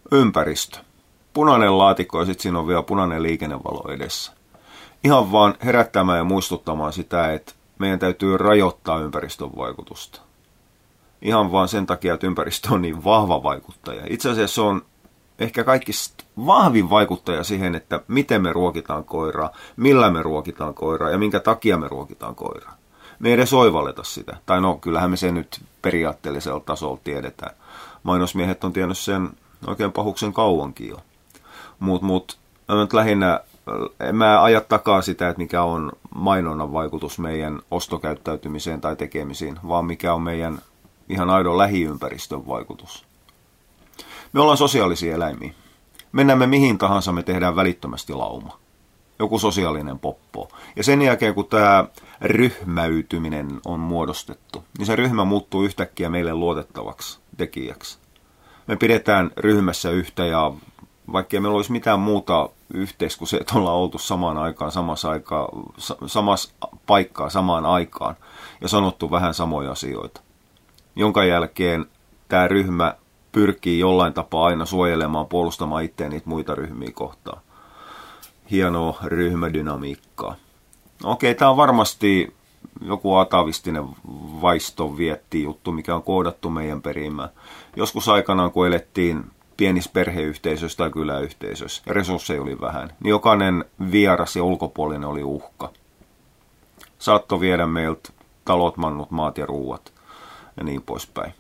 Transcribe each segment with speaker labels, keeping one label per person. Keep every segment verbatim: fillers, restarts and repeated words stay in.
Speaker 1: Ympäristö. Punainen laatikko ja sitten siinä on vielä punainen liikennevalo edessä. Ihan vaan herättämään ja muistuttamaan sitä, että meidän täytyy rajoittaa ympäristön vaikutusta. Ihan vaan sen takia, että ympäristö on niin vahva vaikuttaja. Itse asiassa se on ehkä kaikista vahvin vaikuttaja siihen, että miten me ruokitaan koiraa, millä me ruokitaan koiraa ja minkä takia me ruokitaan koiraa. Me ei edes oivalleta sitä. Tai no, kyllähän me sen nyt periaatteellisella tasolla tiedetään. Mainosmiehet on tiennyt sen oikein pahuksen kauankin jo. Mutta mut, mut, lähinnä en mä aja takaa sitä, että mikä on mainonnan vaikutus meidän ostokäyttäytymiseen tai tekemisiin, vaan mikä on meidän ihan aidon lähiympäristön vaikutus. Me ollaan sosiaalisia eläimiä. Mennään me mihin tahansa, me tehdään välittömästi lauma. Joku sosiaalinen poppo. Ja sen jälkeen, kun tämä ryhmäytyminen on muodostettu, niin se ryhmä muuttuu yhtäkkiä meille luotettavaksi tekijäksi. Me pidetään ryhmässä yhtä ja vaikka meillä olisi mitään muuta yhteistä kuin se, että ollaan oltu samaan aikaan, samassa, aikaa, samassa paikkaa, samaan aikaan ja sanottu vähän samoja asioita. Jonka jälkeen tämä ryhmä pyrkii jollain tapaa aina suojelemaan, puolustamaan itseään niitä muita ryhmiä kohtaan. Hienoa ryhmädynamiikkaa. Okei, tämä on varmasti joku atavistinen vaiston vietti juttu, mikä on koodattu meidän perimään. Joskus aikanaan, kun elettiin pienissä perheyhteisöissä tai kyläyhteisöissä, ja resursseja oli vähän, niin jokainen vieras ja ulkopuolinen oli uhka. Saattoi viedä meiltä talot, mannut, maat ja ruuat ja niin poispäin.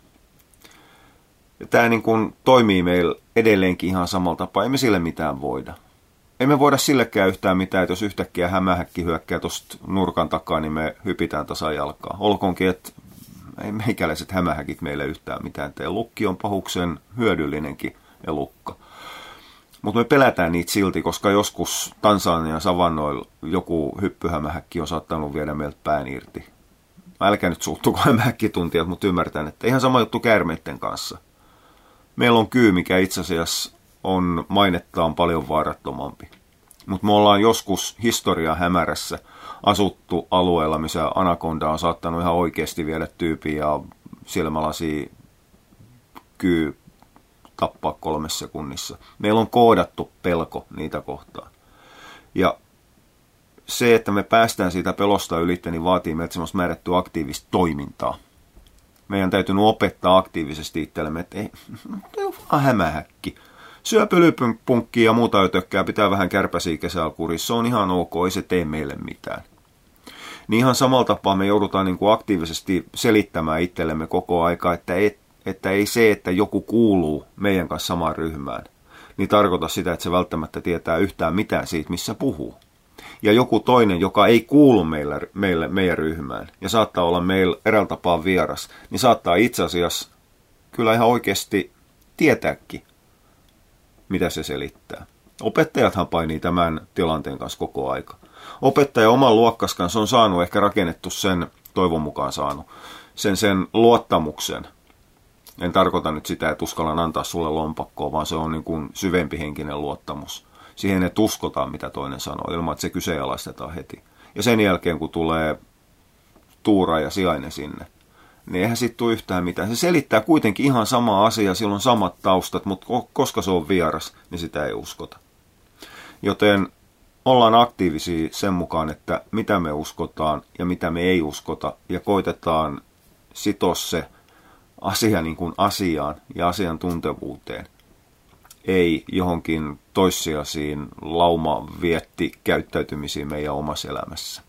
Speaker 1: Ja tämä niin kuin toimii meillä edelleenkin ihan samalla tapaa, ei me sille mitään voida. Ei me voida sillekään yhtään mitään, että jos yhtäkkiä hämähäkki hyökkää tuosta nurkan takaa, niin me hypitään tasajalkaa. Olkoonkin, että ei meikäläiset hämähäkit meille yhtään mitään tee. Lukki on pahuksen hyödyllinenkin elukka. Mutta me pelätään niitä silti, koska joskus Tansanian savannoilla joku hyppyhämähäkki on saattanut viedä meiltä pään irti. Älkää nyt suuttuko hämähäkkituntijat, mutta ymmärtän, että ihan sama juttu käärmeiden kanssa. Meillä on kyy, mikä itse asiassa on mainettaan paljon vaarattomampi. Mutta me ollaan joskus historian hämärässä asuttu alueella, missä anakonda on saattanut ihan oikeasti viedä tyypin ja silmälasi kyy tappaa kolmessa sekunnissa. Meillä on koodattu pelko niitä kohtaan. Ja se, että me päästään siitä pelosta ylitse, niin vaatii meiltä semmoista määrättyä aktiivista toimintaa. Meidän täytyy opettaa aktiivisesti itsellemme, että ei, ei ole vaan hämähäkki. Syö pölypunkkia ja muuta ötökkää, pitää vähän kärpäsiä kesällä kurissa, se on ihan ok, ei se tee meille mitään. Niin ihan samalla tapaa me joudutaan niin kuin aktiivisesti selittämään itsellemme koko aika, että ei, että ei se, että joku kuuluu meidän kanssa samaan ryhmään, niin tarkoita sitä, että se välttämättä tietää yhtään mitään siitä, missä puhuu. Ja joku toinen, joka ei kuulu meille, meille, meidän ryhmään ja saattaa olla meillä eräällä tapaa vieras, niin saattaa itse asiassa kyllä ihan oikeasti tietääkin, mitä se selittää. Opettajathan painii tämän tilanteen kanssa koko aika. Opettaja oman luokkas kanssa on saanut, ehkä rakennettu sen, toivon mukaan saanut, sen, sen luottamuksen. En tarkoita nyt sitä, että uskallan antaa sulle lompakkoa, vaan se on niin kuin syvempi henkinen luottamus. Siihen, että uskotaan, mitä toinen sanoo, ilman että se kyseenalaistetaan heti. Ja sen jälkeen, kun tulee tuura ja sijainen sinne, niin eihän siitä tule yhtään mitään. Se selittää kuitenkin ihan samaa asiaa, sillä on samat taustat, mutta koska se on vieras, niin sitä ei uskota. Joten ollaan aktiivisia sen mukaan, että mitä me uskotaan ja mitä me ei uskota, ja koitetaan sitoa se asia niin kuin asiaan ja asiantuntevuuteen. Ei johonkin toissijaisiin laumavietti käyttäytymisiin meidän omassa elämässä.